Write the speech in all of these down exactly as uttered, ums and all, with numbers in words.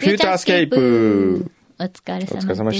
フューチャースケープ。 お疲れ様でした。 お疲れ様でした。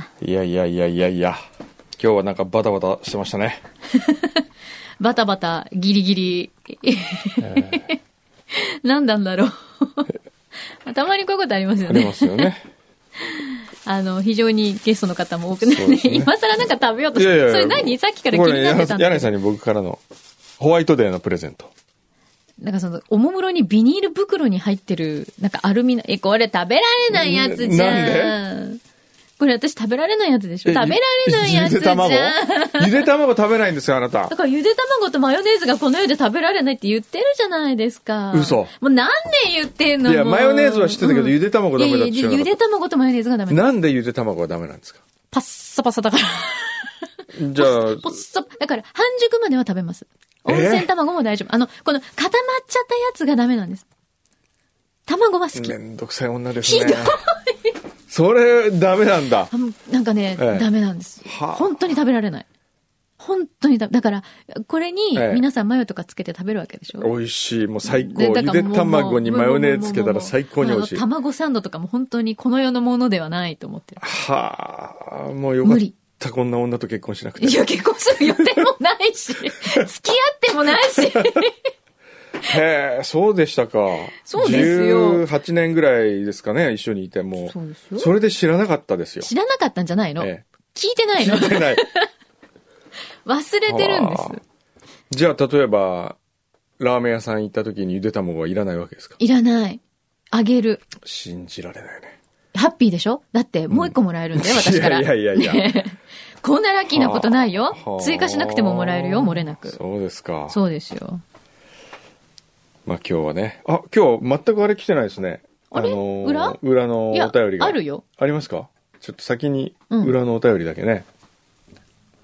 いやいやいやいやいや、今日はなんかバタバタしてましたね。 バタバタギリギリ、えー、何なんだろう。たまにこういうことありますよね。 ありますよね。 あの非常にゲストの方も多くなって、ね、今更なんか食べようとして、いやいやいや、それ何さっきから気になってたんだけど。 柳井さんに僕からのホワイトデーのプレゼント。 なんかそのおもむろにビニール袋に入ってるなんかアルミの、えこれ食べられないやつじゃん。 なんで？ これ私食べられないやつでしょ。食べられないやつじゃん。 ゆで卵食べないんですよあなた。 だからゆで卵とマヨネーズがこの世で食べられないって言ってるじゃないですか。 嘘。 もう何年言ってんの。 いやマヨネーズは知ってたけど、うん、ゆで卵ダメだって知らなかった。 ゆで卵とマヨネーズがダメ。 なんでゆで卵はダメなんですか。 パッサパサだから。 じゃあポッサだから半熟までは食べます。温泉卵も大丈夫。あのこの固まっちゃったやつがダメなんです。卵は好き。 めんどくさい女ですね。ひどい。それダメなんだ。 なんかね、ええ、ダメなんです。本当に食べられない。本当にだだからこれに皆さんマヨとかつけて食べるわけでしょ。 ええ、美味しい、もう最高。ゆで卵にマヨネーズつけたら最高に美味しい。 卵サンドとかも本当にこの世のものではないと思ってる。 はあ、もうよかった。こんな女と結婚しなくて。 いや結婚する予定もないし、付き合ってもないし。 へえ、そうでしたか。 そうですよ。 じゅうはちねんぐらいですかね、一緒にいても。 そうですよ。 それで知らなかったですよ。 知らなかったんじゃないの？ええ、聞いてないの？ 聞いてない。 忘れてるんです。 じゃあ例えばラーメン屋さん行った時にゆで卵はいらないわけですか？ いらない。あげる。 信じられないね。 ハッピーでしょ？だってもう一個もらえるんだよ、うん、私から。 いやいやいやいや。 こんなラッキーなことないよ。追加しなくてももらえるよ、漏れなく。 そうですか。 そうですよ。 まあ今日はね、あ、今日全くあれ来てないですね。 あれ、 あのー、 裏裏のお便りが。 あるよ。 ありますか？ちょっと先に裏のお便りだけね。うん、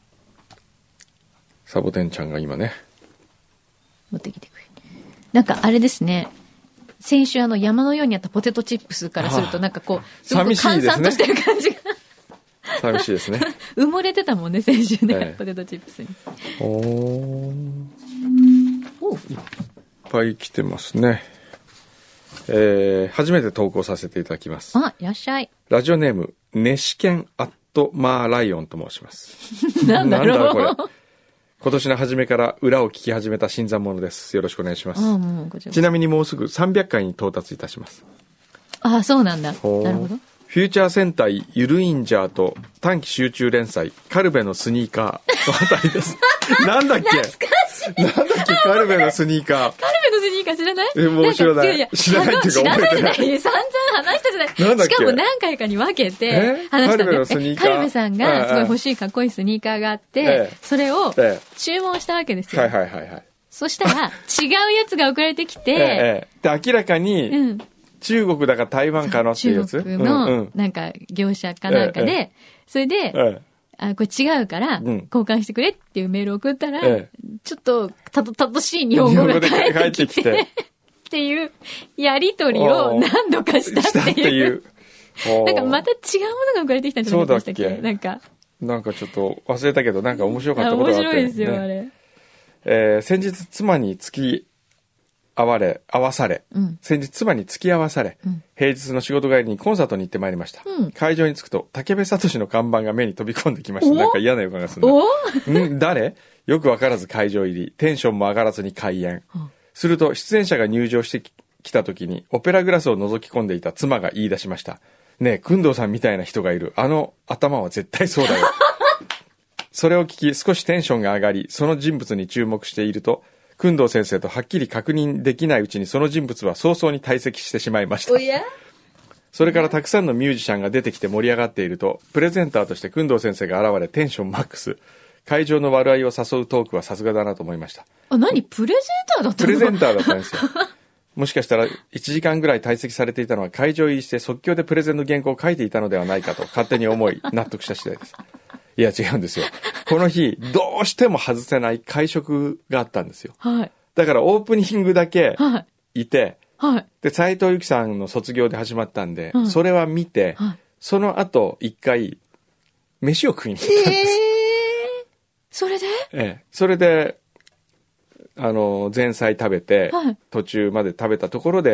サボテンちゃんが今ね。 持ってきてくれ。なんかあれですね。先週あの山のようにあったポテトチップスからするとなんかこう、すごく閑散としてる感じが。 寂しいですね。 埋もれてたもんね、先週ね、ええ、ポテトチップスに。 おー。おいっぱい来てますね。えー、初めて投稿させていただきます。 あ、いらっしゃい。 ラジオネーム、ネシケンアットマーライオンと申します。 なんだろう。 なんだろうこれ。今年の初めから裏を聞き始めた新参者です。よろしくお願いします。 あ、もうこちら。 ちなみにもうすぐさんびゃっかいに到達いたします。 あ、そうなんだ。なるほど。 フューチャー戦隊ゆるインジャーと短期集中連載カルベのスニーカーのあたりです。なんだっけ？ 懐かしい。 なんだっけカルベのスニーカー。 カルベのスニーカー知らない？ え、もう知らない。 いやいや知らないっていうか知らないじゃない。散々話したじゃない。 なんだっけ？ しかも何回かに分けて話したんだよ。カルベのスニーカー。カルベさんがすごい欲しいかっこいいスニーカーがあって、ええ、それを注文したわけですよ。 はいはいはいはい。 そしたら違うやつが送られてきて、 ええ、で明らかに、うん、中国だか台湾かのっていうやつ？ 中国のなんか業者かなんかで、ええ、それで、ええ、あ、これ違うから交換してくれっていうメールを送ったら、ええ、ちょっとたどたどしい日本語が返ってきてっていうやりとりを何度かしたっていう。なんかまた違うものが送られてきたんじゃないですか。そうだっけ？なんかなんかちょっと忘れたけどなんか面白かったことがあって、ね、 面白いですよあれ。 えー、先日妻に付き合われ合わされ、うん、先日妻に付き合わされ、うん、平日の仕事帰りにコンサートに行ってまいりました、うん、会場に着くと武部聡の看板が目に飛び込んできました。なんか嫌な予感がするな。ん誰よく分からず会場入り、テンションも上がらずに開演、うん、すると出演者が入場してきた時にオペラグラスを覗き込んでいた妻が言い出しました。ねえ工藤さんみたいな人がいる。あの頭は絶対そうだよ。それを聞き少しテンションが上がり、その人物に注目していると工藤先生とはっきり確認できないうちにその人物は早々に退席してしまいました。 おや？ それからたくさんのミュージシャンが出てきて盛り上がっていると、プレゼンターとして工藤先生が現れテンションマックス。会場の笑いを誘うトークはさすがだなと思いました。 あ、何プレゼンターだったの？ プレゼンターだったんですよ。もしかしたらいちじかんぐらい退席されていたのは会場入りして即興でプレゼンの原稿を書いていたのではないかと勝手に思い納得した次第です。いや違うんですよ。この日どうしても外せない会食があったんですよ。 はい。 だからオープニングだけいて、 はい。 で斉藤由貴さんの卒業で始まったんで、はい、それは見て、はい、その後一回飯を食いに行ったんです。 えー、それで？ ええ、それであの前菜食べて、 はい、 途中まで食べたところで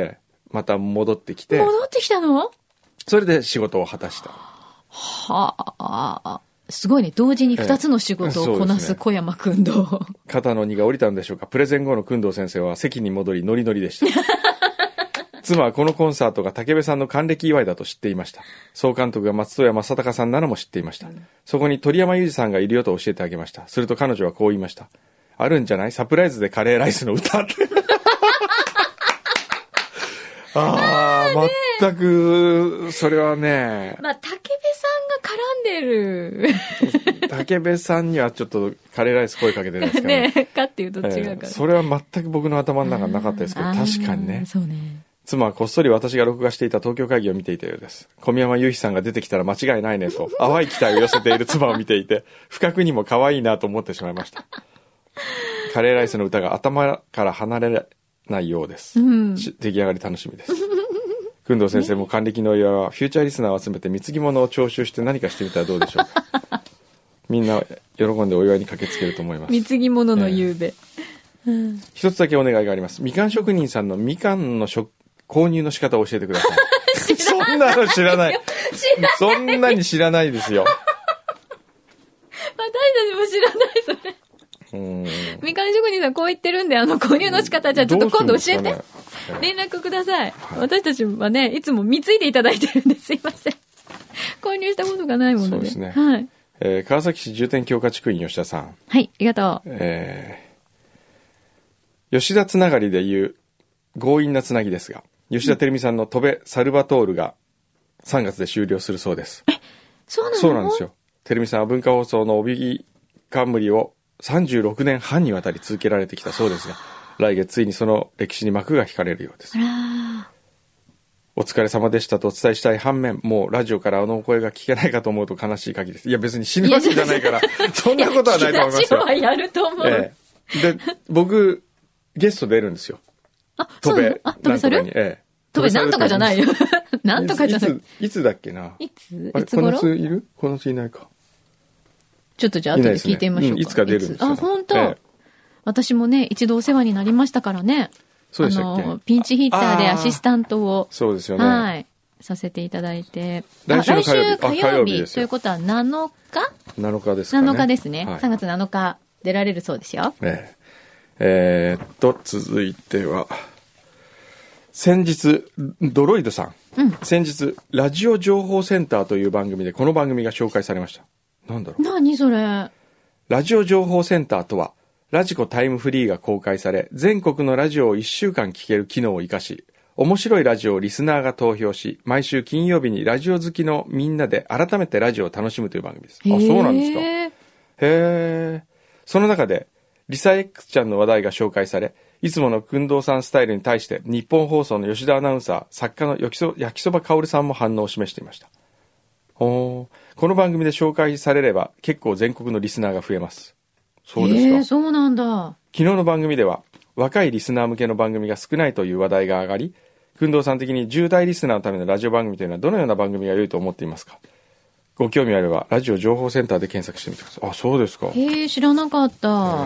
また戻ってきて。 戻ってきたの？ それで仕事を果たした。 はあ。すごいね。同時に二つの仕事をこなす小山君堂、ええね。 肩の荷が下りたんでしょうか。プレゼン後の君堂先生は席に戻りノリノリでした。妻はこのコンサートが武部さんの還暦祝いだと知っていました。総監督が松任谷正隆さんなのも知っていました。うん、そこに鳥山裕二さんがいるよと教えてあげました。すると彼女はこう言いました。あるんじゃない？サプライズでカレーライスの歌って。ああ、全く、それはね。 まあ、武部さんが絡んでる。 武部さんにはちょっとカレーライス声かけてないですからね。 ねかっていうと違うから、えー。 それは全く僕の頭の中になかったですけど、確かにね。 そうね。 妻はこっそり私が録画していた東京会議を見ていたようです。小宮山雄飛さんが出てきたら間違いないねと、淡い期待を寄せている妻を見ていて、不覚にも可愛いなと思ってしまいました。カレーライスの歌が頭から離れないようです。うん、出来上がり楽しみです。工藤先生も還暦のお祝いはフューチャーリスナーを集めて貢ぎ物を徴収して何かしてみたらどうでしょうか。みんな喜んでお祝いに駆けつけると思います。 貢ぎ物の夕べ、 えーうん、一つだけお願いがあります。みかん職人さんのみかんの食購入の仕方を教えてください。そんなの知らない。そんなに知らないですよ。 私たちも知らないそれ。うんみかん職人さんこう言ってるんで、あの購入の仕方じゃあちょっと今度教えて、ね、連絡ください、はい、私たちはねいつも貢いでいただいてるんですいません。購入したことがないもので。そうですね、はいえー、川崎市重点強化地区員吉田さん、 はいありがとう、 えー、吉田つながりでいう強引なつなぎですが、吉田照美さんの戸部サルバトールがさんがつで終了するそうです。 えそうなの？ そうなんですよ。照美さんは文化放送の帯冠をさんじゅうろくねんはんにわたり続けられてきたそうですが、来月ついにその歴史に幕が引かれるようです。お疲れ様でしたとお伝えしたい反面、もうラジオからあのお声が聞けないかと思うと悲しい限りです。いや別に死ぬわけじゃないからそんなことはないと思いますよ。 ラジオはやると思う、 ええ、で僕ゲスト出るんですよ。 あ、そうなの？あ、戸部さる？ええ。戸部なんとかじゃないよ。なんとかじゃない。 いつ、いつだっけな。 いついつ頃？ この夏いる？この夏いないか。 ちょっとじゃあ後で聞いてみましょうか。 い, ねうん、いつか出るんですよ。 あ、本当、ええ。私もね、一度お世話になりましたからね。 そうでしたっけ？あの、 ピンチヒッターでアシスタントを。 そうですよね。 はい。させていただいて。 来週の火曜日。 来週火曜日。ということはなのか？ なのかですかね。 なのかですね。はい、さんがつなのか出られるそうですよ。 えええー、っと、続いては。先日ドロイドさん、うん、先日ラジオ情報センターという番組でこの番組が紹介されました。なんだろう。 何それ。 ラジオ情報センターとはラジコタイムフリーが公開され全国のラジオをいっしゅうかん聴ける機能を生かし、面白いラジオをリスナーが投票し、毎週金曜日にラジオ好きのみんなで改めてラジオを楽しむという番組です。あ、そうなんですか。へえ。その中でリサ X ちゃんの話題が紹介され、いつもの工藤さんスタイルに対して日本放送の吉田アナウンサー、作家の焼きそ焼きそばかおるさんも反応を示していました。おこの番組で紹介されれば結構全国のリスナーが増えます。そうですか。 えー、そうなんだ。 昨日の番組では若いリスナー向けの番組が少ないという話題が上がり、工藤さん的にじゅう代リスナーのためのラジオ番組というのはどのような番組が良いと思っていますか？ご興味あればラジオ情報センターで検索してみてください。あ、そうですか。 へえ、知らなかった。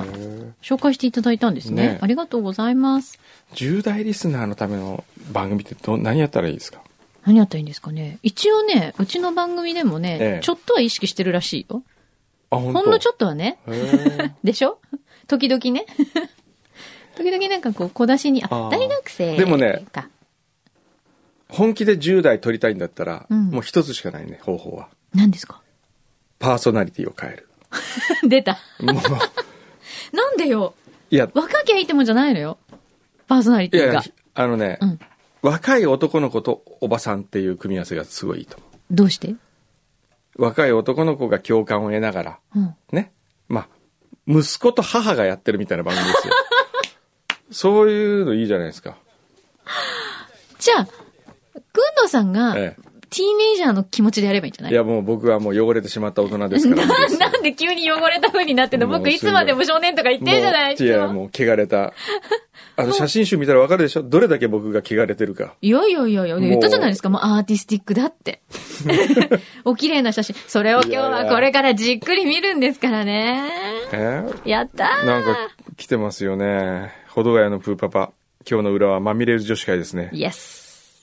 紹介していただいたんですね。ね、ありがとうございます。 じゅう代リスナーのための番組ってど何やったらいいですか？ 何やったらいいんですかね。一応ね、うちの番組でもね、ええ、ちょっとは意識してるらしいよ。 あ、ほんと？ ほんのちょっとはね。でしょ？時々ね。時々なんかこう小出しに、あ、大学生か。 でもね、本気でじゅう代取りたいんだったら、うん、もう一つしかないね、方法は。 何ですか？ パーソナリティを変える。 出た。 もうなんでよ。 いや、 若きゃいいってもんじゃないのよ。パーソナリティが。いや、 あのね、うん、若い男の子とおばさんっていう組み合わせがすごいいいと思う。 どうして？ 若い男の子が共感を得ながら、うん、ね。まあ、息子と母がやってるみたいな番組ですよ。そういうのいいじゃないですか。 じゃあ、くんどさんが、ええ、ティーネイジャーの気持ちでやればいいんじゃない？ いやもう僕はもう汚れてしまった大人ですからな。 なんで急に汚れた風になってんの？僕いつまでも少年とか言ってるじゃないですか。 いやもう汚れた。あの写真集見たらわかるでしょ？どれだけ僕が汚れてるか。 いやいやいやいや、言ったじゃないですか。もうアーティスティックだって。お綺麗な写真。それを今日はこれからじっくり見るんですからね。 えやったー。 なんか来てますよね。保土ヶ谷のプーパパ。今日の裏はまみれる女子会ですね。 イエス。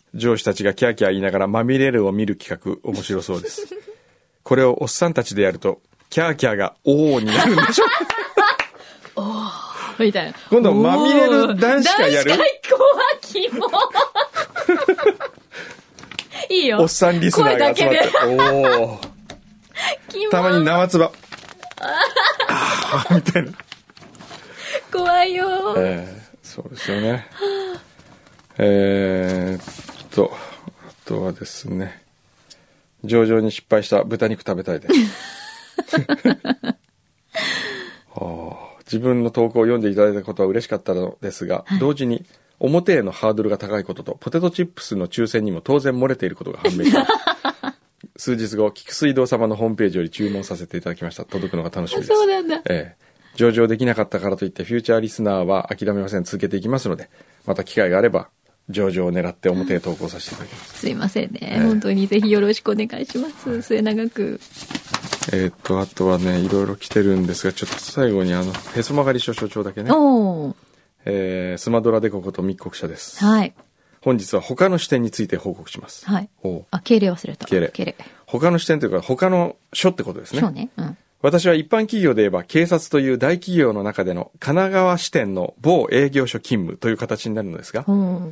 上司たちがキャーキャー言いながらまみれるを見る企画面白そうです。これをおっさんたちでやるとキャーキャーがおーになるんでしょ。 おーみたいな。 今度まみれる男子会やる。 男子会怖きも。いいよ。 おっさんリスナーが集まって。おー。たまに生唾。あーみたいな。 怖いよ、 えー。そうですよね。えーっと、あとはですね。上々に失敗した豚肉食べたいです。はあ、自分の投稿を読んでいただいたことは嬉しかったのですが、はい、同時に表へのハードルが高いこととポテトチップスの抽選にも当然漏れていることが判明しました数日後菊水道様のホームページより注文させていただきました。届くのが楽しみです。 そうなんだ、 ええ、上場できなかったからといってフューチャーリスナーは諦めません。続けていきますので、また機会があれば上場を狙って表へ投稿させていただきます。 すいませんね、えー、本当にぜひよろしくお願いします。末永く。 えー、っとあとはねいろいろ来てるんですが、ちょっと最後にあのへそ曲がり書所長だけね。 おー、 えー、スマドラデコこと密告者です。 はい。 本日は他の視点について報告します。 はい。あ、敬礼忘れた。 敬礼。 敬礼。 他の視点というか他の書ってことですね。 そうね。うん。 私は一般企業で言えば警察という大企業の中での神奈川支店の某営業所勤務という形になるのですが、うん、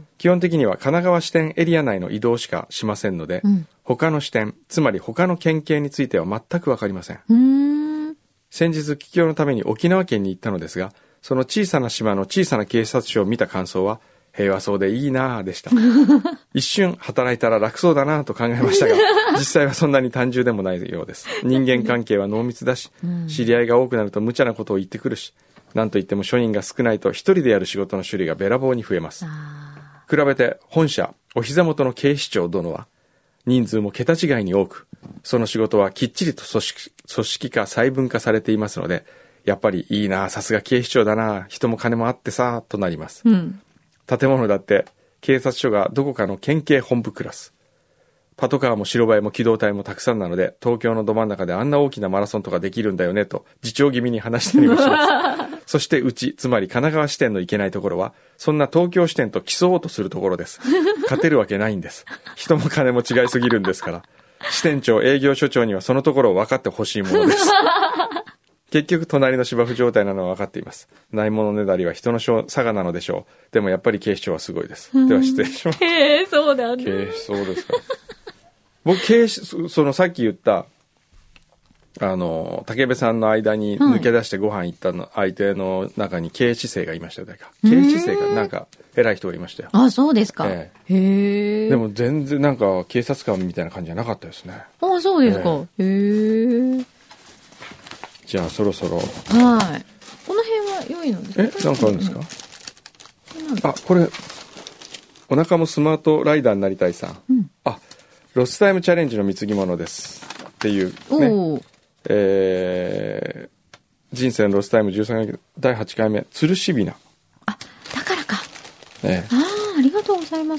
基本的には神奈川支店エリア内の移動しかしませんので、うん、他の支店、つまり他の県警については全くわかりません。 うーん、 先日帰郷のために沖縄県に行ったのですが、その小さな島の小さな警察署を見た感想は、平和そうでいいなぁでした。一瞬働いたら楽そうだなぁと考えましたが、実際はそんなに単純でもないようです。人間関係は濃密だし、知り合いが多くなると無茶なことを言ってくるし、なんといっても署員が少ないと一人でやる仕事の種類がべらぼうに増えます。比べて本社お膝元の警視庁殿は人数も桁違いに多く、その仕事はきっちりと組織、組織化細分化されていますので、やっぱりいいなぁ、さすが警視庁だなぁ、人も金もあってさとなります。うん、建物だって警察署がどこかの県警本部クラス、パトカーも白バイも機動隊もたくさんなので、東京のど真ん中であんな大きなマラソンとかできるんだよねと自重気味に話したりもしますそしてうち、つまり神奈川支店のいけないところは、そんな東京支店と競おうとするところです。勝てるわけないんです。人も金も違いすぎるんですから。支店長営業所長にはそのところを分かってほしいものです結局隣の芝生状態なのは分かっています。ないものねだりは人の差がなのでしょう。でもやっぱり警視庁はすごいです。では失礼します。 へえ、そうなんだ。 警視そうですか。僕警視、そのさっき言ったあの武部さんの間に抜け出してご飯行ったの相手の中に警視生がいましたよ。誰か警視生がなんか偉い人がいましたよ。 あ、そうですか。 ええ、へえ。 でも全然なんか警察官みたいな感じじゃなかったですね。 あ、そうですか。えー、へえ。 じゃあそろそろ。はい。 この辺は良いのですか。 え、なんかあるんですか。あ、これお腹もスマートライダーになりたいさん。うん、あ、ロスタイムチャレンジの貢ぎ物ですっていうね。えー、人生のロスタイムじゅうさんかいだいはちかいめ、つるしびな。 あ、だからか。 ね、 ああ、ありがとうございます。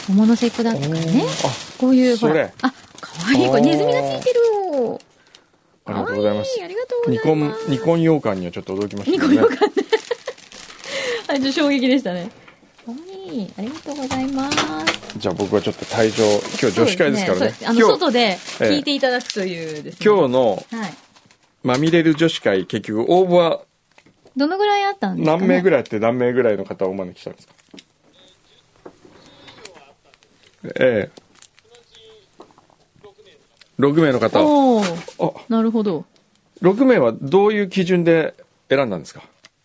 桃の節句だったからね。こういうほら、あ、かわいい、これネズミがついてる。 ありがとうございます。 ありがとうございます。ニコン、 ニコン羊羹にはちょっと驚きましたね。 ニコン羊羹ね。あ、ちょっと衝撃でしたね。かわいい、ありがとうございます。 じゃあ僕はちょっと退場、今日女子会ですからね。 あの外で聞いていただくというですね。 今日のまみれる女子会、結局応募はどのぐらいあったんですかね。 何名ぐらいって何名ぐらいの方をお招きしたんですか。ええ。ろくめいの方。 おー、あ、なるほど。 ろくめいはどういう基準で選んだんですか。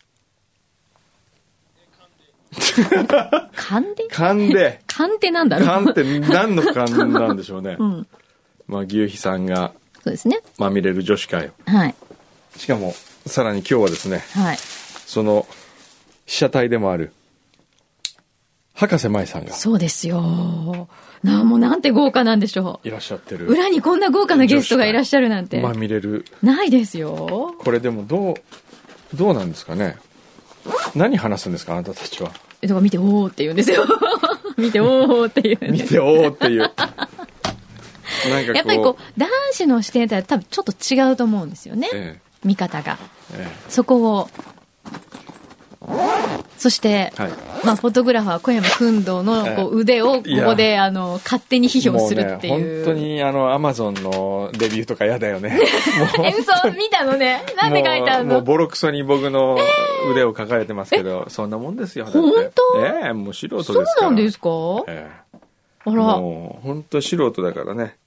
勘で勘で勘ってなんだろう。 勘って何の勘なんでしょうね。うん、まあ牛皮さんがそうですね。 まみれる女子会を。 はい。 しかもさらに今日はですね。 はい。 その被写体でもある博士舞さんが。 そうですよ。なもうなんて豪華なんでしょう。 いらっしゃってる。 裏にこんな豪華なゲストがいらっしゃるなんて。 まみれる。 ないですよ。 これでもどうどうなんですかね。何話すんですかあなたたちは。 だから見ておーって言うんですよ。見ておーって言う。 見ておーって言う。なんかやっぱりこう男子の視点って多分ちょっと違うと思うんですよね。ええ、見方が、ええ、そこをそして、はい、まあ、フォトグラファー小山君堂のこう腕をここで、あの、勝手に批評するっていう。 もうね、本当にあの、アマゾンのレビューとか嫌だよね。もうえ、嘘見たのね。なんで書いてあるの？ もう、もうボロクソに僕の腕を書かれてますけど、そんなもんですよ。 本当？ ええ、もう素人ですから。 そうなんですか？ええ。あら。 もう、本当素人だからね。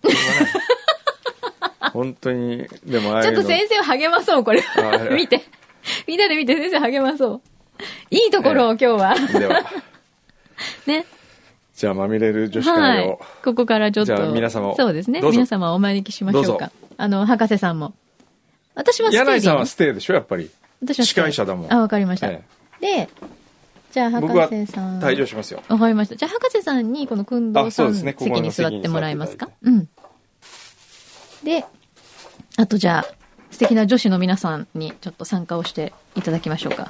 本当に、でもああいうの。 ちょっと先生を励まそう、これ。見て。みんなで見て先生励まそう。いいところを、えー、今日は。では。ね。 じゃあ、まみれる女子会を。はい、 ここからちょっと。 じゃあ、皆様を。 そうですね。皆様をお招きしましょうか。あの、博士さんも。私はステー柳井さんはステーでしょ、やっぱり。 私は司会者だもん。 あ、わかりました。ええ、で、じゃあ、博士さん。 退場しますよ。 わかりました。じゃあ、博士さんに、この訓導さん、ね、席に座ってもらえますか？うん。で、あとじゃあ、素敵な女子の皆さんにちょっと参加をしていただきましょうか。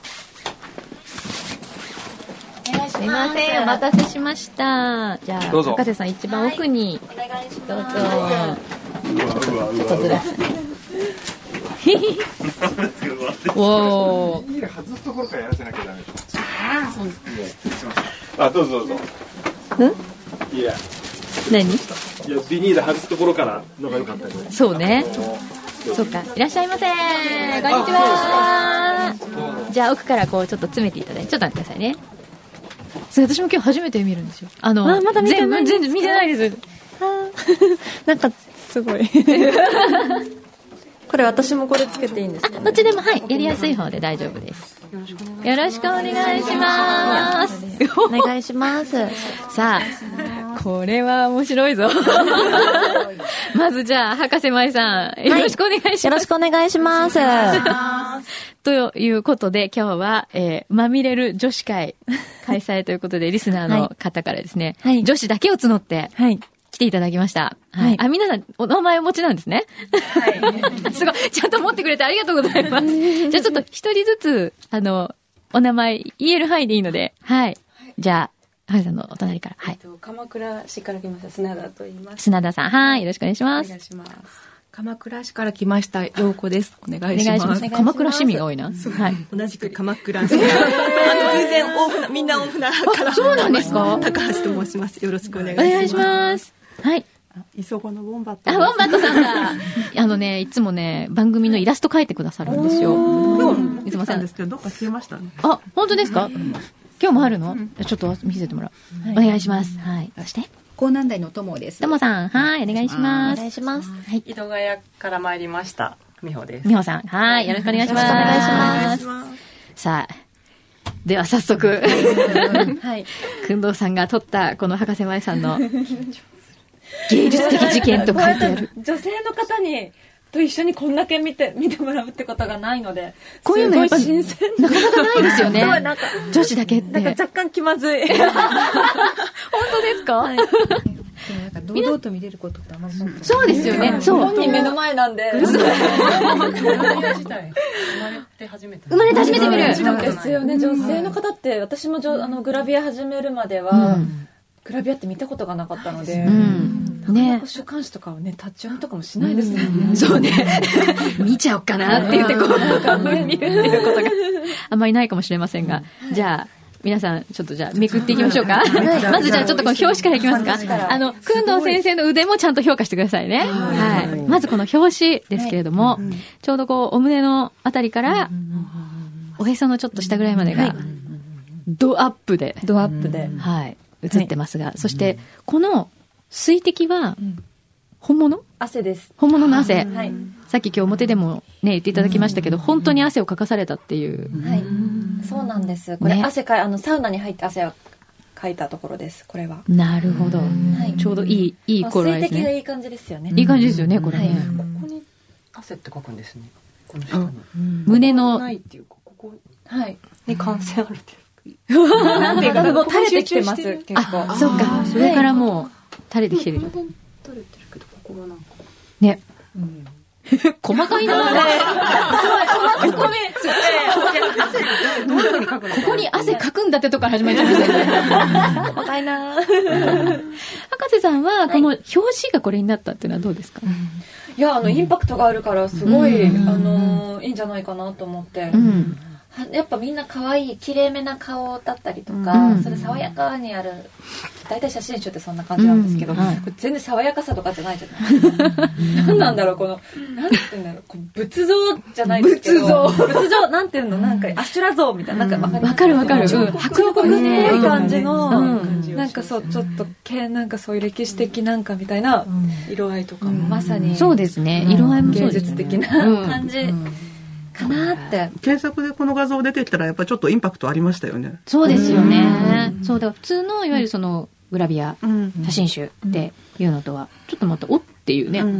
すみません、お待たせしました。じゃあ、博士さん一番奥に。 はい、お願いします。 どうぞ。ちょっとずらす。おー。 ビニール外すところからやらせなきゃダメ。ああ、そうですね。あ、どうぞどうぞ。 ん？ いや。 何？いや、ビニール外すところからのが良かったね。 そうね。そうか。いらっしゃいませ。こんにちは。じゃあ奥からこうちょっと詰めていただいて、ちょっと待ってくださいね。それ私も今日初めて見るんですよ。あの、 あ、まだ見てないです。 全然見てないです。 なんかすごい。これ私もこれつけていいんですか？ どっちでも、はい、やりやすい方で大丈夫です。よろしくお願いします。 お願いします。 さあ、これは面白いぞ。まずじゃあ、博士舞さん、よろしくお願いします。 よろしくお願いします。 ということで、今日は、えー、まみれる女子会開催ということで、リスナーの方からですね、はい、女子だけを募って、はい来ていただきました。はい。あ、皆さん、お名前お持ちなんですね。はい。すごい。ちゃんと持ってくれてありがとうございます。じゃあちょっと一人ずつ、あの、お名前言える範囲でいいので、はい。はい、じゃあ、はるさんのお隣から。はい。えっと、 鎌倉市から来ました、砂田と言います。 砂田さん。はい。よろしくお願いします。 お願いします。鎌倉市から来ました、陽子です。お願いします。お願いします。 鎌倉市民が多いな。 はい。同じく鎌倉市から。あの、偶然、大みんな大船から。 そうなんですか？ 高橋と申します。よろしくお願いします。 お願いします。はい。 磯子のウォンバット。 あ、ウォンバットさんだ。あのね、いつもね、番組のイラスト描いてくださるんですよ。 いつもさんですけど、どっか消えましたね。 あ、本当ですか？今日もあるの？ちょっと見せてもらう。お願いします。はい。そして江南台の友です。 友さん、はい、お願いします。 お願いします。 はい。井戸ヶ谷から参りました。美穂です。 美穂さん、はい、よろしくお願いします。 お願いします。 さあ、では早速、はい。くんどうさんが撮ったこの博士前さんの芸術的事件と書いてある。 女性の方にと一緒にこんだけ見て見てもらうってことがないので、 こういうのやっぱり新鮮なかなかないですよね。 そうなんか女子だけって。 なんか若干気まずい。 本当ですか？はい、 でもなんか堂々と見れることってあんまりない。 そうですよね。そう。 本人目の前なんで。 自体生まれて初めて。 生まれて初めて見る。 ですよね。女性の方って私もあのグラビア始めるまでは。うんグラビアって見たことがなかったので、うん、ね、週刊誌とかをね、タッチオンとかもしないですよね。 うん、そうね。見ちゃおうかなって言ってこう、なんか見るっていうことがあんまりないかもしれませんが、うん、じゃあ、皆さん、ちょっとじゃあ、めくっていきましょうか。まずじゃあ、ちょっとこの表紙からいきますか。あの、くんどう先生の腕もちゃんと評価してくださいね。はい。まずこの表紙ですけれども、ちょうどこう、お胸のあたりから、おへそのちょっと下ぐらいまでが、ドアップで。 ドアップで。 はい。映ってますが、はい、そして、この水滴は、本物？ 汗です。 本物の汗。 はい。 さっき今日表でもね、言っていただきましたけど、本当に汗をかかされたっていう。 はい。そうなんです。これ、ね、汗かい、あの、サウナに入って汗をかいたところです、これは。 なるほど。はい、ちょうどいい、いい頃ですね。 水滴がいい感じですよね。 いい感じですよね、これね。はい、 ここに汗って書くんですね。この下に。 胸の。 ないっていうか、ここ。 はい。 に感染あるっていう。 なんていうか、もう垂れてきてます、結構。 あ、そっか。それからもう、垂れてきてる。 垂れてるけど、ここがなんか。 ね。細かいなぁ。ここね、ここに汗かくんだってとこから始まっちゃいましたね。 細かいなぁ。 博士さんは、この表紙がこれになったっていうのはどうですか？ いや、あの、インパクトがあるから、すごい、あの、いいんじゃないかなと思って。 やっぱみんな可愛い綺麗めな顔だったりとか、うん、それ爽やかにある大体写真集ってそんな感じなんですけど、うんはい、これ全然爽やかさとかじゃないじゃないですか。何なんだろうこのなんて言うんだろうこう仏像じゃないですけど仏像仏像なんていうのなんかアシュラ像みたいななんかわかるわかる迫力っぽい感じの、うん、なんかそうちょっとけなんかそういう歴史的なんかみたいな、うん、 色合いとかも、 うん、まさにそうですね色合いも芸術的な感じ。うんうんかなって検索でこの画像出てきたらやっぱりちょっとインパクトありましたよね。 そうですよね。そうだ普通のいわゆるそのグラビア写真集っていうのとはちょっとまたおっていうね、うんうん、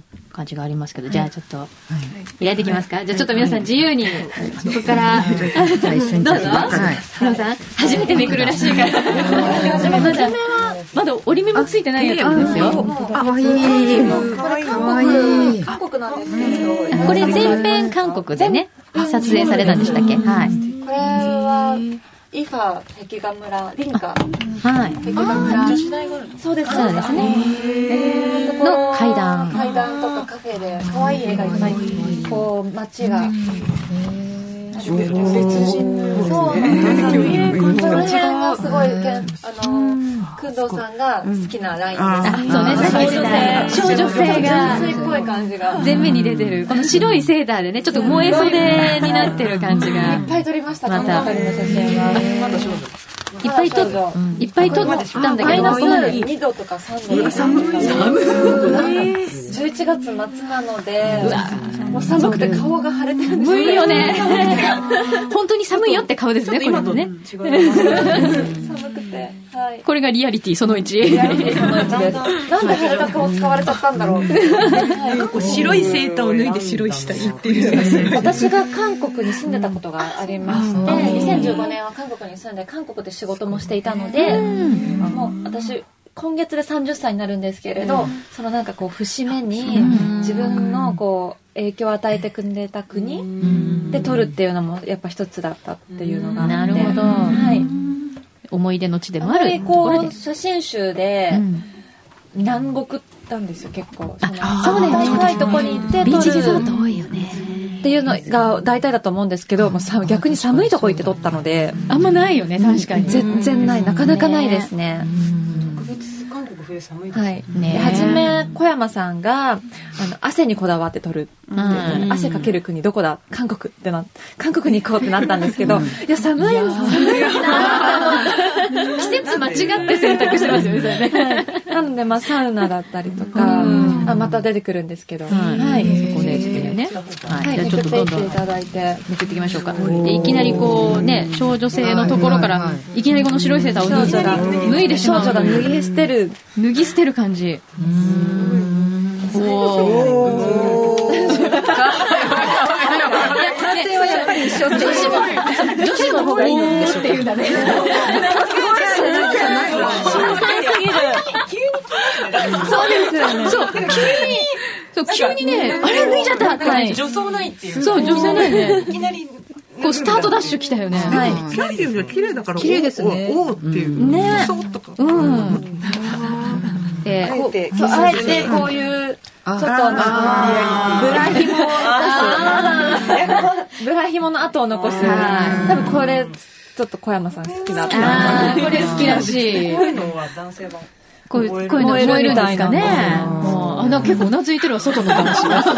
感じがありますけど、じゃあちょっと開いていきますか。はい、じゃあちょっと皆さん自由にここからどうぞ。ヒロさん初めてめくるらしいから。初めまだまだ折り目もついてないやつなんですよ。 かわいい。 かわいい。韓国なんですけど。 これ全編韓国でね撮影されたんでしたっけ？はい。 これはイファ壁画村リンカはい壁画村女子大があるのそうですそうですね。の階段階段とかカフェで可愛い絵がいっぱいこう街が。別人のそうなんです。この辺がすごいあの工藤さんが好きなラインです。 そうね、少女性少女性が女性っぽい感じが前面に出てるこの白いセーターでねちょっと萌え袖になってる感じがいっぱい撮りました。またこの辺りの写真はまだ少女いっぱい撮いっぱい撮ったんだけどマイナスにどとかさんどとか寒いじゅういちがつ末なのでもう寒くて顔が腫れてるんですよ。寒いよね。本当に寒いよって顔ですねこれもね。 寒くて、はい、 これがリアリティそのいち。 リアリティそのいちです。なんで腫れた顔使われちゃったんだろう。 白いセーターを脱いで白い下着っていう。 私が韓国に住んでたことがありまして、にせんじゅうごねんは韓国に住んで韓国で仕事もしていたので、もう私今月でさんじゅっさいになるんですけれど、そのなんかこう節目に自分のこう影響を与えてくれた国で撮るっていうのもやっぱ一つだったっていうのがあって、 なるほど、 はい、 思い出の地でもあるところで写真集で南国ったんですよ結構。そのそうだよね。 高いとこに行って撮るビーチリゾート多いよねっていうのが大体だと思うんですけど、もう逆に寒いとこ行って撮ったのであんまないよね確かに。 全然ない、なかなかないですね。 韓国冬寒いですはいね。で初め小山さんがあの汗にこだわって撮るって言って、ね、汗かける国どこだ韓国ってな韓国に行こうってなったんですけど、いや寒いよ寒いな季節間違って選択してますよねそれね。 なのでまあサウナだったりとか、あまた出てくるんですけど、はい、 はい、そこでっていうね。 はい、じゃあちょっとどんどんいただいてめくっていきましょうか。でいきなりこうね少女性のところからいきなりこの白いセーターを脱いで脱いでしまう。 少女が脱ぎ捨てる脱ぎ捨てる感じ。うーん。おー。 男性はやっぱり一緒女子も女子の方がいいんでしょっていうんだね。 そうですよね。 そう急にそう急にねあれ脱いじゃったって感じ。 女装ないっていう。 そう女装ないね。 いきなりこうスタートダッシュ来たよね。 はい。キャンディーズが綺麗だから。 綺麗ですね。 おおっていうね。 そうとか。 うん。で、 あえてそうあえてこういうちょっとあのブラヒモを出すブラヒモの後を残す。多分これちょっと小山さん好きだった。 これ好きだし。 こういうのは男性版。 こういう、こういうの燃えるんですかね。もう、あ、なんか結構うなずいてるわ、外の男子が。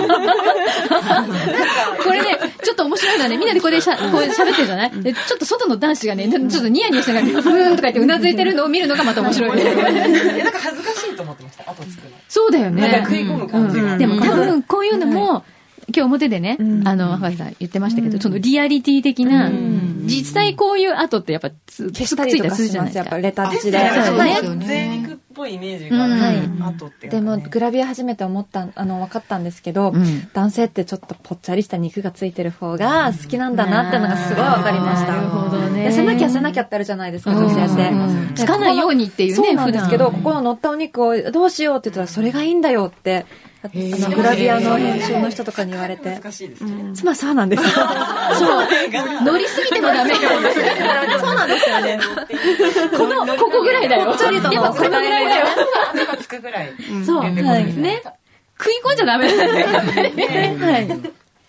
これね、ちょっと面白いのはね、みんなでこれしゃ、こう喋ってるじゃないで、ちょっと外の男子がね、ちょっとニヤニヤしながら、ふーんとか言ってうなずいてるのを見るのがまた面白い。 なんか恥ずかしいと思ってました、後つくの。 そうだよね。 なんか食い込む感じが。 でも多分、こういうのも、今日表でね、あの、若林さん言ってましたけど、そのリアリティ的な、実際こういう後ってやっぱつ、 消したりとかするじゃないですか。やっぱレタッチで。 そうね。贅肉っぽいイメージがある。後って。 でも、グラビア初めて思った、あの、分かったんですけど、男性ってちょっとぽっちゃりした肉がついてる方が好きなんだなってのがすごい分かりました。 なるほどね。 痩せなきゃ痩せなきゃってあるじゃないですか、女性って。 つかないようにっていうね、 そうなんですけど、ここの乗ったお肉をどうしようって言ったら、それがいいんだよって、あのグラビアの編集の人とかに言われて、 難しいですね。 まあそうなんですよ。そう乗りすぎてもダメ。 そうなんですよね。 このここぐらいだよ。 ぽっちゃりとのこのぐらいだよ。 手がつくぐらい。 そうはいね。食い込んじゃダメだよね。 はい。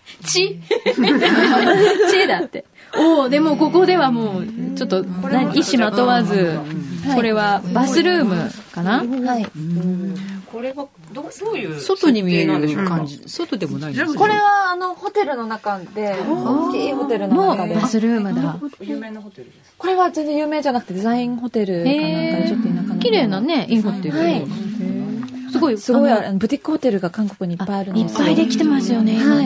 ちちだって。おお、でもここではもう、ちょっと、何、意思まとわず、これはバスルームかな？ はい。 これはどどういう外に見える感じ、外でもないんですか？ これはあのホテルの中で、大きいホテルの中で。 バスルームだ。 有名なホテルですか？ これは全然有名じゃなくてデザインホテルかなんかでちょっと田舎の。 綺麗なね、インホテル。はい。すごい、 すごい、ブティックホテルが韓国にいっぱいあるんですよ。 いっぱいできてますよね。はい。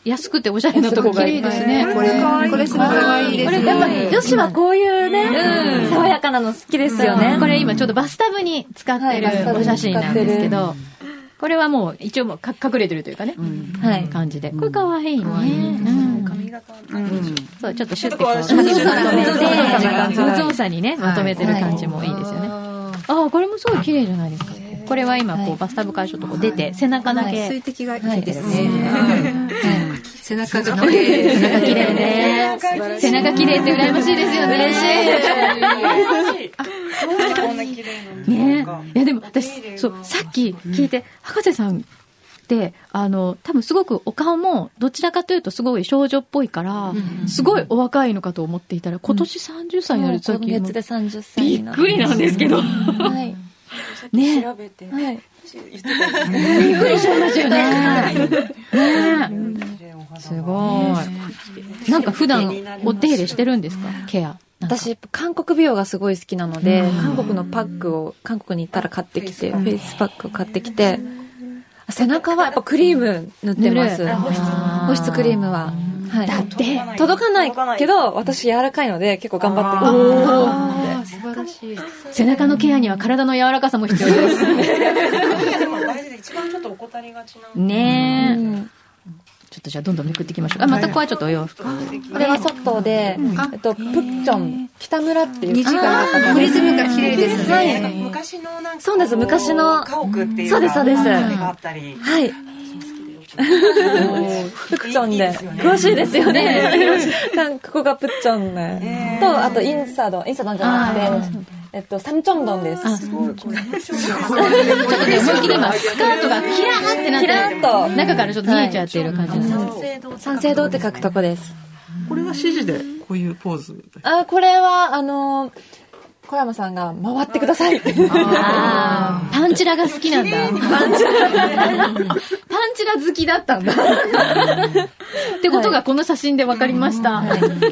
安くておしゃれなとこがいいですね。 これ、これすごいいいですね。 これやっぱり女子はこういうね、爽やかなの好きですよね。 これ今ちょっとバスタブに使ってるお写真なんですけど、これはもう一応もう隠れてるというかね、はい、感じで。これかわいいね。髪型そう、ちょっとシュッてこう、無造作にまとめて、無造作にね、まとめてる感じもいいですよね。ああ、これもすごい綺麗じゃないですか。これは今こうバスタブからちょっとこう出て背中だけ水滴がいいですね。背中が綺麗。背中綺麗ね。背中綺麗って羨ましいですよね。嬉しい。ねえ。いやでも私そうさっき聞いて博士さんってあの多分すごくお顔もどちらかというとすごい少女っぽいからすごいお若いのかと思っていたら今年さんじゅっさいになる今月でさんじゅっさいびっくりなんですけど。はい。 ね、調べて、 はい、 びっくりしちゃいますよね。ねすごい。なんか普段お手入れしてるんですか？ケア。 私韓国美容がすごい好きなので、韓国のパックを韓国に行ったら買ってきて、フェイスパックを買ってきて、背中はやっぱクリーム塗ってます。保湿クリームは。はい、だって届かないけど私柔らかいので結構頑張ってます。 素晴らしい。背中のケアには体の柔らかさも必要です。 でも大事で一番ちょっと怠りがちなねえ、うん、ちょっとじゃあどんどんめくっていきましょう。あ、またここはちょっとお洋服。これは外で、えっとプッチョン北村っていう虹がリズムが綺麗ですね。 昔のなんかそうです昔の家屋っていうそうですそうですがあったりはい。プクチョンで詳しいですよね。ここがプッチョンでとあとインサドインサドじゃなくてえっとサムチョンドンです。ちょっとね思いっきり今スカートがキラーってなってキラーと中からちょっと見えちゃっている感じです。 三省堂って書くとこです。 これは指示でこういうポーズ。 あこれはあの。小山さんが回ってくださいって。 あパンチラが好きなんだ。パンチラ。パンチラ好きだったんだ。ってことがこの写真で分かりました。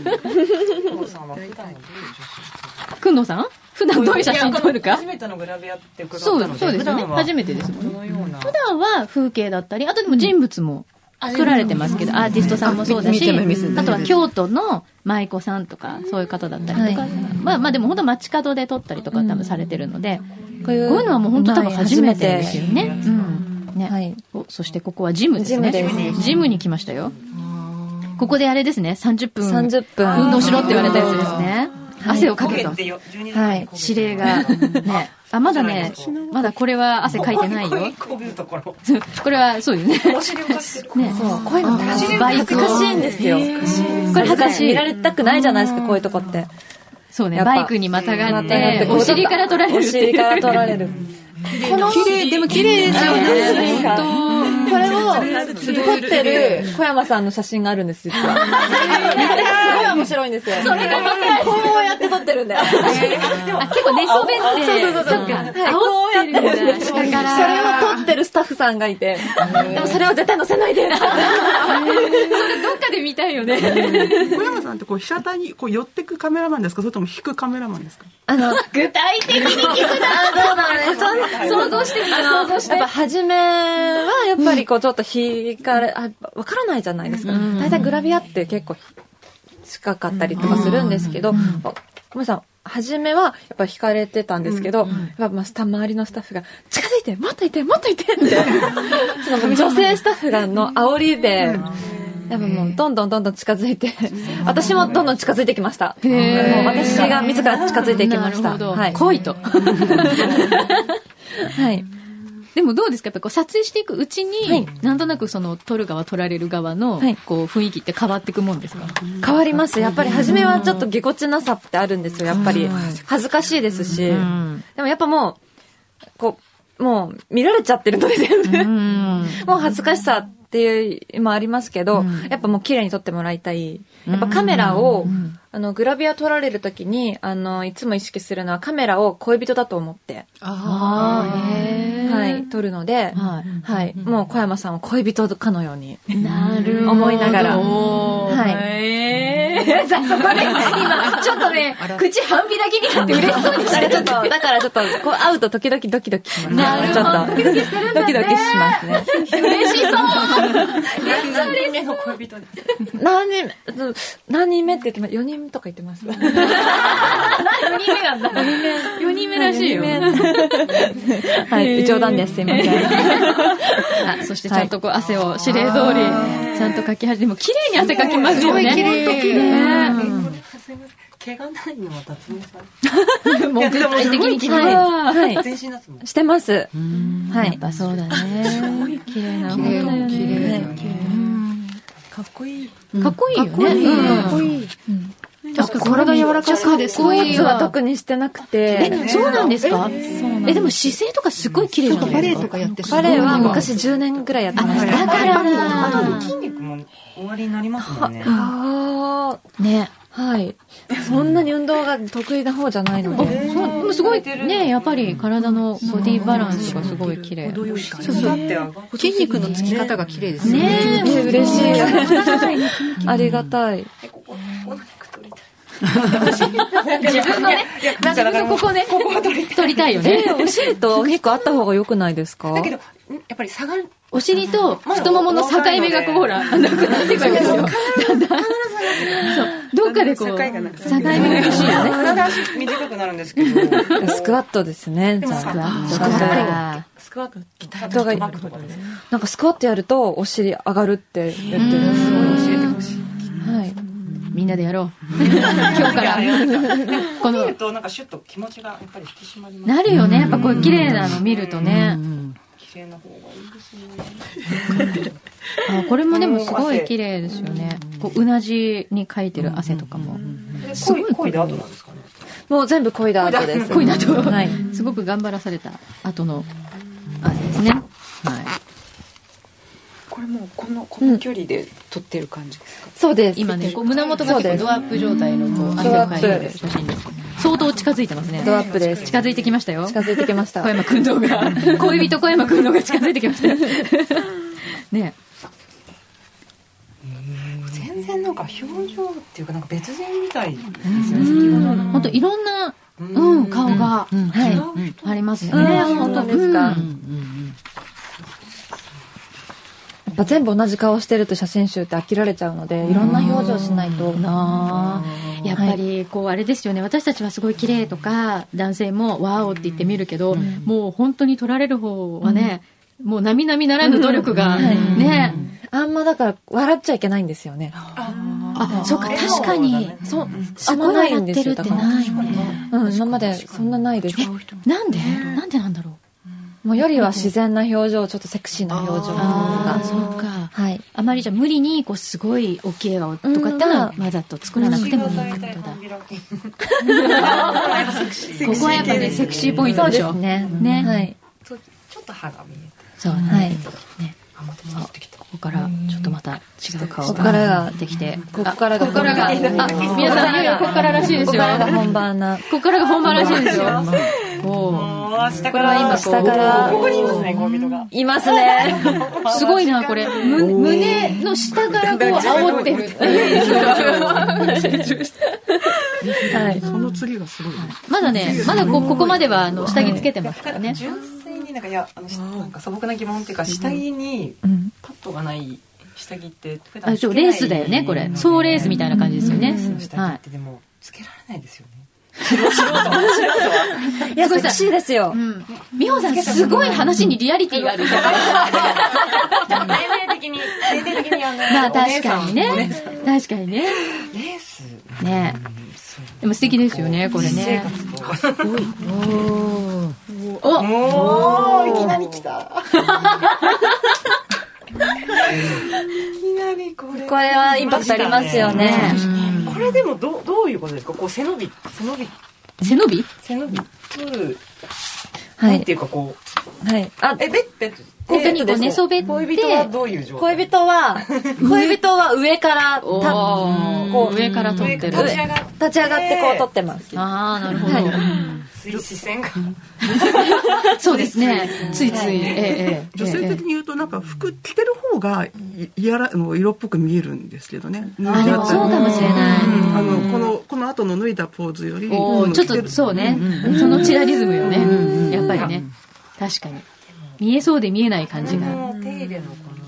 くんのさん普段どういう写真撮るか初めてのグラビアって伺ったそうので。 そうですよね。初めてですもんね。普段は風景だったり、あとでも人物も撮られてますけど、アーティストさんもそうだし、あとは京都の舞妓さんとか、そういう方だったりとか、まあまあでも本当街角で撮ったりとか多分されてるので、こういうのはもう本当多分初めてですよね。うんねはい、そしてここはジムですね。ジムです。ジムに来ましたよ。ここであれですね、さんじゅっぷん運動しろって言われたやつですね。汗をかけと。はい。指令が。ね。あ、まだね、まだこれは汗かいてないよ。これは、そうよね。ね。 そう。こういうのって恥ずかしいんですよ。これ恥ずかしい。見られたくないじゃないですか、こういうとこって。 そうね。バイクにまたがって、お尻から取られる。お尻から取られる。 この綺麗でも綺麗ですよね。 本当。これを撮ってる小山さんの写真があるんです実は。すごい面白いんですよ。それがこうやって撮ってるんだよ。 結構寝そべって。そうそうそう。こうやってるんだ。 それを撮ってるスタッフさんがいて。でもそれは絶対載せないで。それどっかで見たいよね。 小山さんってこう被写体にこう寄ってくカメラマンですか、それとも引くカメラマンですか。 あの具体的に聞くな。 そうだね。想像してみた。想像して。やっぱ初めはやっぱりこうちょっと引かれ、あ、わからないじゃないですか。大体グラビアって結構近かったりとかするんですけど、ごめんなさい。初めはやっぱ引かれてたんですけど、やっぱスタ周りのスタッフが近づいて、もっといて、もっといてって、その女性スタッフがの煽りで。やっぱもうどんどんどんどん近づいて私もどんどん近づいてきました。もう私が自ら近づいていきました。 はい、来いと。 はい。 でもどうですかやっぱこう撮影していくうちに、はい、なんとなくその撮る側撮られる側の、はい、こう雰囲気って変わっていくもんですか。 変わります。やっぱり初めはちょっとぎこちなさってあるんですよ。やっぱり恥ずかしいですし、でもやっぱもうこうもう見られちゃってるので全部もう恥ずかしさっっていう今ありますけど、うん、やっぱもう綺麗に撮ってもらいたい。やっぱカメラを、うん、あのグラビア撮られるときにあのいつも意識するのはカメラを恋人だと思って、あへはい、撮るので、はい、はい、もう小山さんを恋人かのようになる思いながら、はい。さあそこで今ちょっとね口半開きになって嬉しそうにしてちょっとだからちょっとこう会うと時々ドキドキします。なるほど。ちょっとドキドキしてるんだね。ドキドキしますね。嬉しそう。めっちゃ嬉しそう。恋人です。何人目何人目って言ってますよにんとか言ってます。よにんめなんだ。よにんめらしいよ。はい、冗談です。すいません。あ、そしてちゃんとこう汗を指令通りちゃんとかき始めも綺麗に汗かきますよね。綺麗綺麗。 毛がないのは脱毛さん。 もう具体的にはい全身脱毛してます。はい。やっぱそうだね。すごい綺麗な本当だよね。綺麗。 かっこいい。 かっこいいよね。 かっこいい。 確か体柔らかそうです。 スポーツは特にしてなくて。 え、そうなんですか？え、でも姿勢とかすごい綺麗じゃないですか。バレエとかやってバレエは昔じゅうねんぐらいやってました。 だからだ。 筋肉も終わりになりますもんね。 ああ。ね。はい。そんなに運動が得意な方じゃないので。 そう、すごいね、やっぱり体のボディバランスがすごい綺麗。 そうそう。筋肉のつき方が綺麗ですね。ねえ、嬉しい。ありがたい。 自分のね、自分のここね、ここ取りたいよね。 お尻とお肉あった方が良くないですか？ だけど、やっぱり下がる。 お尻と太ももの境目がこうほら、なくなってくるんですよ。だんだん。そう。どっかでこう、境目が欲しいよね。 体足短くなるんですけど。 スクワットですね。 スクワット。 スクワット。スクワット。 鍛えがなんかスクワットやるとお尻上がるって言ってる。すごい教えてほしい。はい。 みんなでやろう。今日から。 この見るとなんかシュッと気持ちがやっぱり引き締まります。 なるよね。やっぱこう綺麗なの見るとね。 綺麗な方がいいですね。 あ、これもでもすごい綺麗ですよね。こううなじにかいてる汗とかも。 すごい濃いだ後なんですかね。 もう全部濃いだ後です。 濃いだ後。はい。すごく頑張らされた後の汗ですね。はい。 これもうこのこの距離で撮ってる感じですか？ そうです。 今ね、こう胸元が結構ドアップ状態のこう汗をかいてる写真です。相当近づいてますね。 ドアップです。 近づいてきましたよ。 近づいてきました。 小山くんのが恋人小山くんのが近づいてきましたよ。ね。 全然なんか表情っていうかなんか別人みたいですね。 本当いろんなうん顔がはいありますね。 本当ですか。やっぱ全部同じ顔してると写真集って飽きられちゃうのでいろんな表情しないとなあやっぱりこうあれですよね。私たちはすごい綺麗とか男性もワーオって言って見るけど、うん、もう本当に撮られる方はね、うん、もう並々ならぬ努力が、うん、ね、 うん、あんまだから笑っちゃいけないんですよね。 ああそうか確かにそうあんまないんですよ。だからうん今までそんなないです。 なんでなんでなんだろう。 もうよりは自然な表情、ちょっとセクシーな表情が。 ああ、そうか。はい。あまりじゃ無理に、こう、すごい大きい笑顔とかってのは、わざと作らなくてもいいってことだ。ここはやっぱね、セクシーポイントでしょ。 そうですね。 ね。 はい。 ちょっと歯が見えて。 そう、はい。ね。ここから、ちょっとまた違う顔ができて。 ここからが、 ここからが、あ、皆さん、いよいよここかららしいですよ。 ここからが本番な。 ここからが本番らしいですよ。 おー。下から今下からここにいますね恋人がいますね。 すごいなこれ胸の下からこう煽ってるっていうはい、その次がすごい。 まだねまだこここまではあの下着つけてますからね。 純粋になんかいやあのなんか素朴な疑問っていうか下着にパッドがない下着って普段つけない。 レースだよねこれ。総レースみたいな感じですよね。 下着ってでもつけられないですよね。 素人いや、セクシーですよ。 美穂さん、すごい話にリアリティがある。 年齢的に、年齢的にまあ、確かにね。確かにね。 レースね。でも素敵ですよね、これね。すごい。おおおいきなり来た。いきなりこれ。 これはインパクトありますよね。 これでもどどういうことですか。こう背伸び背伸び背伸び背伸び取るはいっていうかこうはい。 あ、え、ベッベッここにこう寝そべって。 恋人はどういう状態？ 恋人は、恋人は上からた、 こう上から撮ってる。 立ち上がって、立ち上がってこう撮ってます。 ああ、なるほど。 つい視線が。 そうですね。ついつい。 女性的に言うとなんか服着てる方がいやら色っぽく見えるんですけどね。 あ、でもそうかもしれない。 あのこのこの後の脱いだポーズより、ちょっとそうね。そのチラリズムよね。やっぱりね。確かに。見えそうで見えない感じが。 手入れのこの。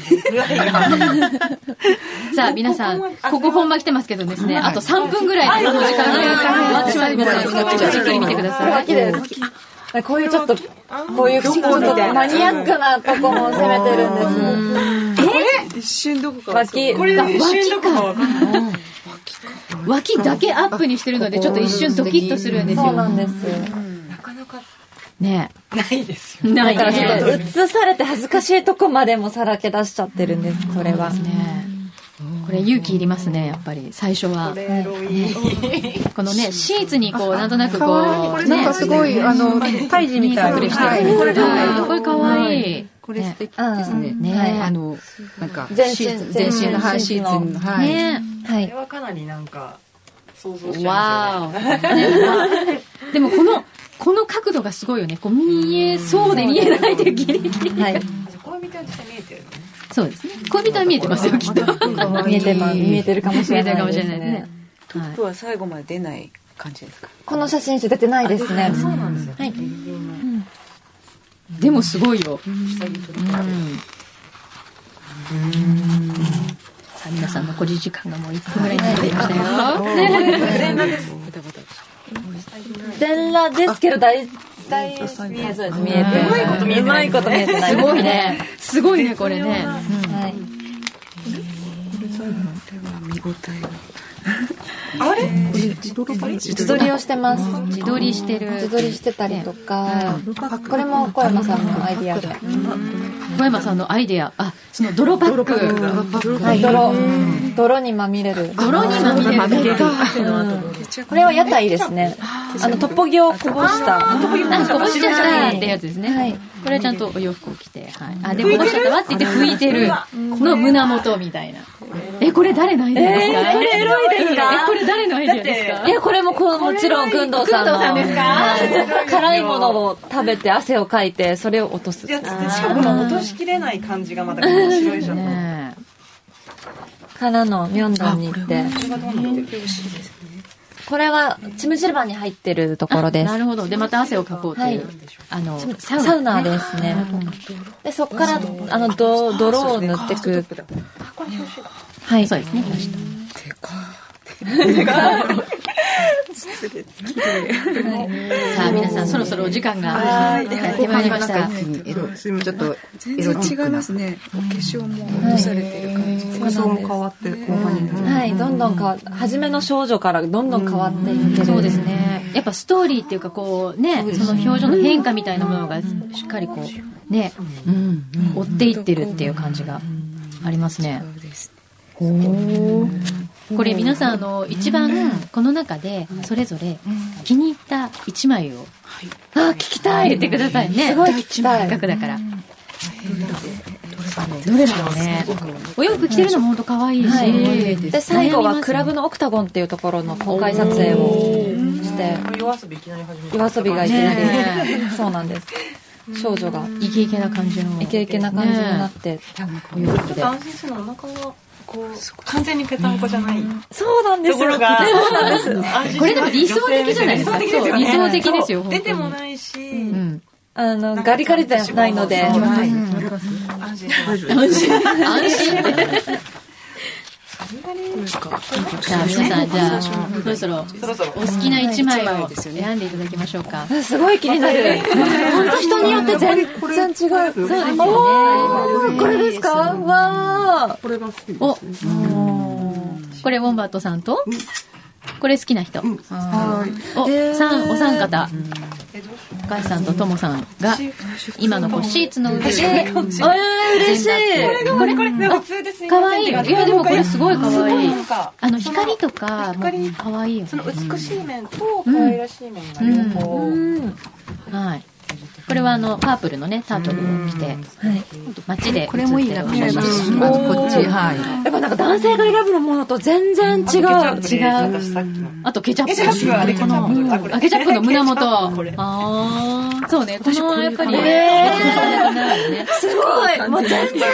さあ皆さん、ここ本番来てますけどですね、あとさんぷんぐらいでこの時間が終わってしまいますので、じっくり見てください。 脇です。こういうちょっと、こういうちょっとマニアックなとこも攻めてるんです。 え？一瞬どこか。 脇。 これ一瞬どこかわかんない。 脇だけアップにしてるので、ちょっと一瞬ドキッとするんですよ。 そうなんです。 なかなか。 ねえ。ないですよ。 ないからちょっと映されて恥ずかしいとこまでもさらけ出しちゃってるんです、これは。 ね。これ勇気いりますね、やっぱり最初は。このね、シーツにこう、なんとなくこう、 ね、なんかすごい、あの、胎児みたいな。 これかわいい。 これ素敵ですね。 ね、 あの、なんか、 全身、 全身のハイシーツの。 はい。ね。 はい。これはかなりなんか、想像しちゃいますよね。でもこの、この角度がすごいよね。こう見えそうで見えないでギリギリ。 はい。 恋人は実際見えてるのね。 そうですね。恋人は見えてますよ、きっと。 見えてます。見えてるかもしれない。 見えてるかもしれないですね。 トップは最後まで出ない感じですか？ この写真集出てないですね。 そうなんですよ。はい。 でもすごいよ。さあ皆さん残り時間がもういっぷんぐらいになっていましたよ。 全裸です。 全裸ですけど大体見えそうです。見えて。 うまいこと見えてない。 うまいこと見えてない。 すごいね。すごいねこれね。 はい。 見応えが。 あれ？ 自撮りをしてます。 自撮りしてる。 自撮りしてたりとか、これも小山さんのアイディアで。 小山さんのアイディア、あ、その泥パック。 はい、泥。泥にまみれる。 泥にまみれる。 これは屋台ですね。あの、トッポギをこぼした。 こぼしちゃったってやつですね。はい。これはちゃんとお洋服を着て、はい。あ、で、こぼしちゃったわって言って拭いてる。の胸元みたいな。え、これ誰のアイディアですか？ これエロいですか？ え、これ誰のアイディアですか？ いや、これもこもちろん、くんどうさんの。 くんどうさんですか？ 辛いものを食べて汗をかいて、それを落とす。 しかもこの落としきれない感じがまた面白いじゃん。 からのミョンドンに行って。これは、チムジルバンに入ってるところです。 なるほど。で、また汗をかこうという。あの、 サウナですね。で、そこから、あの、ど泥を塗っていく。 はい。そうですね。 てか。 さあ皆さんそろそろお時間がやってまいりました。 ちょっと全然違いますね。お化粧も落とされてる感じ。 服装も変わって後半になる。 はい、どんどん変わって、初めの少女からどんどん変わっていってる。 そうですね。やっぱストーリーっていうかこうね、その表情の変化みたいなものがしっかりこうね、追っていってるっていう感じがありますね。ほー。これ皆さんあの一番この中でそれぞれ気に入った一枚を、あ、聞きたい言ってくださいね。 すごい聞きたい。 せっかくだから。どれだろうね。お洋服着てるのも本当可愛いし。 で最後はクラブのオクタゴンっていうところの公開撮影をして、 夜遊びいきなり始めた。 夜遊びがいきなり、そうなんです。少女がイケイケな感じのイケイケな感じになって、 お洋服で。安心するのお腹がこう完全にぺたんこじゃない。 そうなんですよ。 そうなんです。 これでも理想的じゃないですか。理想的ですよ。 出てもないし、 あのガリガリじゃないので、 安心します。 安心。安心。さあ皆さんじゃあそろそろお好きな一枚を選んでいただきましょうか。 すごい気になる。本当人によって全然違う。そうですよね。これですか？わあ。 これが好きです。 お、これウォンバットさんとこれ好きな人。お、三お三方。お母さんとともさんが今のこうシーツの上で、 えー、嬉しい。 これこれ普通ですね。 可愛い。いやでもこれすごい可愛い。あの光とかも可愛いよね。 その美しい面と可愛らしい面が両方。 はい。 これはあのパープルのねタートルを着て、はい、街でこれもいいな。こっち、 はい。やっぱなんか男性が選ぶものと全然違う。 違う。あとケチャップ。ケチャップあれかな。あ、ケチャップの胸元。ああ、そうね。このやっぱりすごい。もう全然違う。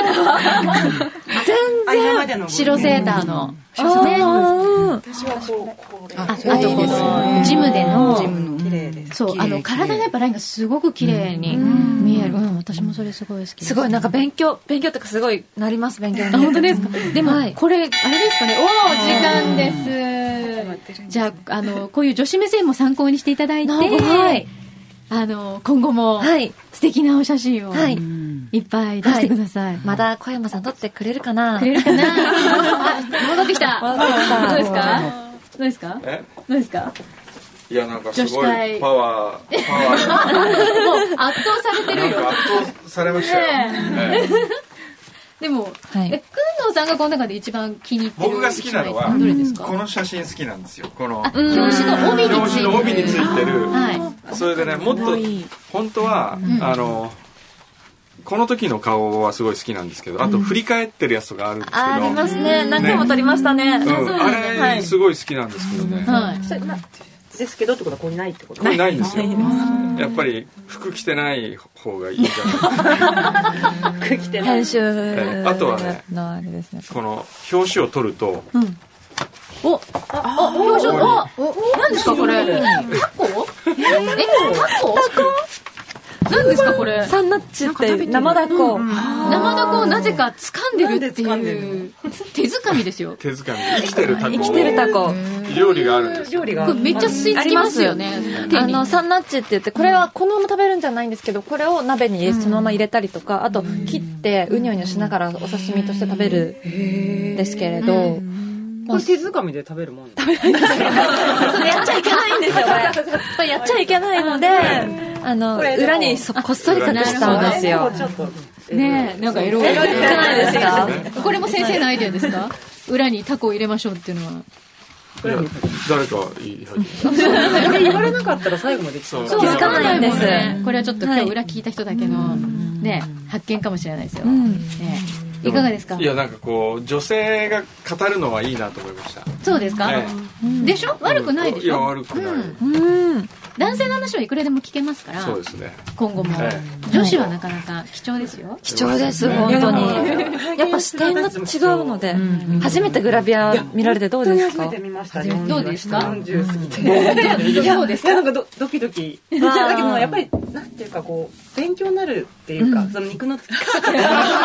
全然白セーターの。ね。私はこう。あ、あとこのジムでの。そう、あの体のやっぱラインがすごく綺麗に見える。うん、私もそれすごい好きです。 すごいなんか勉強勉強とかすごいなります勉強に。 本当ですか。でもこれあれですかね。おお時間です。じゃああのこういう女子目線も参考にしていただいて、はい、あの今後も素敵なお写真をいっぱい出してください。 まだ小山さん撮ってくれるかな。 くれるかな。戻ってきた。どうですか。どうですか。どうですか。 いやなんかすごいパワーパワーもう圧倒されてるよ。 圧倒されましたよ。 でも、はい、え、くんのうさんがこの中で一番気に入ってる。 僕が好きなのはどれですか。 この写真好きなんですよ。この表紙の帯についてる。 表紙の帯についてる。はい。それでねもっと本当は、うん、あのこの時の顔はすごい好きなんですけど、あと振り返ってるやつとかあるんですけど。 ありますね。何回も撮りましたね。 うん、あれすごい好きなんですけどね。はい。 ですけどってことはここにないってこと。 ここにないんですよ。やっぱり服着てない方がいいんじゃない。 服着てない。編集。 あとはね、この表紙を取ると。うん、 お、あ、表紙、あ、何ですかこれ。タコ？え、タコ？何ですかこれ。 サンナッチって生ダコ。 生ダコをなぜか掴んでるっていう手掴みですよ。 手掴み。生きてるタコ。 生きてるタコ。 料理があるんです。 料理が。めっちゃ吸い付きますよね。 あのサンナッチって言ってこれはこのまま食べるんじゃないんですけど、これを鍋にそのまま入れたりとか、あと切ってうにょうにょしながらお刺身として食べるんですけれど。 これ手づかみで食べるもん。 食べないんですよ。それやっちゃいけないんですよ。これやっちゃいけないので、あの裏にこっそり隠したんですよ。 ねえ、なんかエロい。 エロいくないですか？ これも先生のアイデアですか？裏にタコを入れましょうっていうのは。 誰か言い言われなかったら最後まで気づかないんです。これはちょっと今日裏聞いた人だけのね発見かもしれないですよ。いかがですか。 いやなんかこう女性が語るのはいいなと思いました。 そうですか。でしょ。悪くないでしょ。 いや悪くない。 男性の話はいくらでも聞けますから。 そうですね。 今後も女子はなかなか貴重ですよ。 貴重です本当に。やっぱ視点が違うので、初めてグラビア見られてどうですか。 どうですか。 よんじゅう過ぎて。 どうですか。 なんかドドキドキ。だけどやっぱりなんていうかこう勉強になるっていうか、その肉のつき方。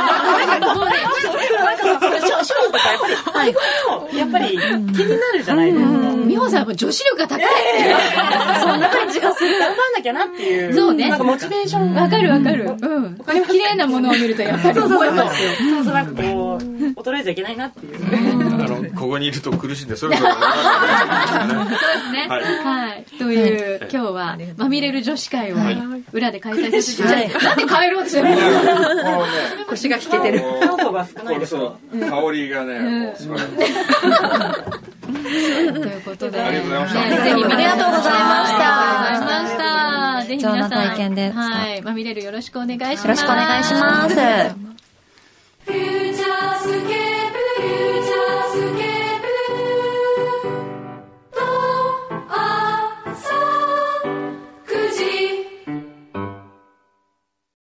やっぱり気になるじゃないですか。 美穂さんは女子力が高い。 そんな感じがする。 頑張んなきゃなっていう。 そうね。 なんかモチベーション。 わかるわかる。うん。綺麗なものを見るとやっぱり思いますよ。 そうそうなんかこう衰えちゃいけないなっていう。 あのここにいると苦しんでそれぞれ。そうですね。 はい。という今日はまみれる女子会を裏で開催させていただいて。なんで帰ろうとしてるの。 腰が引けてる。 酸素が少ないですよ。 香りがね。 ということで、 ありがとうございました。 ぜひありがとうございました。 ありがとうございました。ぜひ皆さん、 体験で、 はい、まみれるよろしくお願いします。 よろしくお願いします。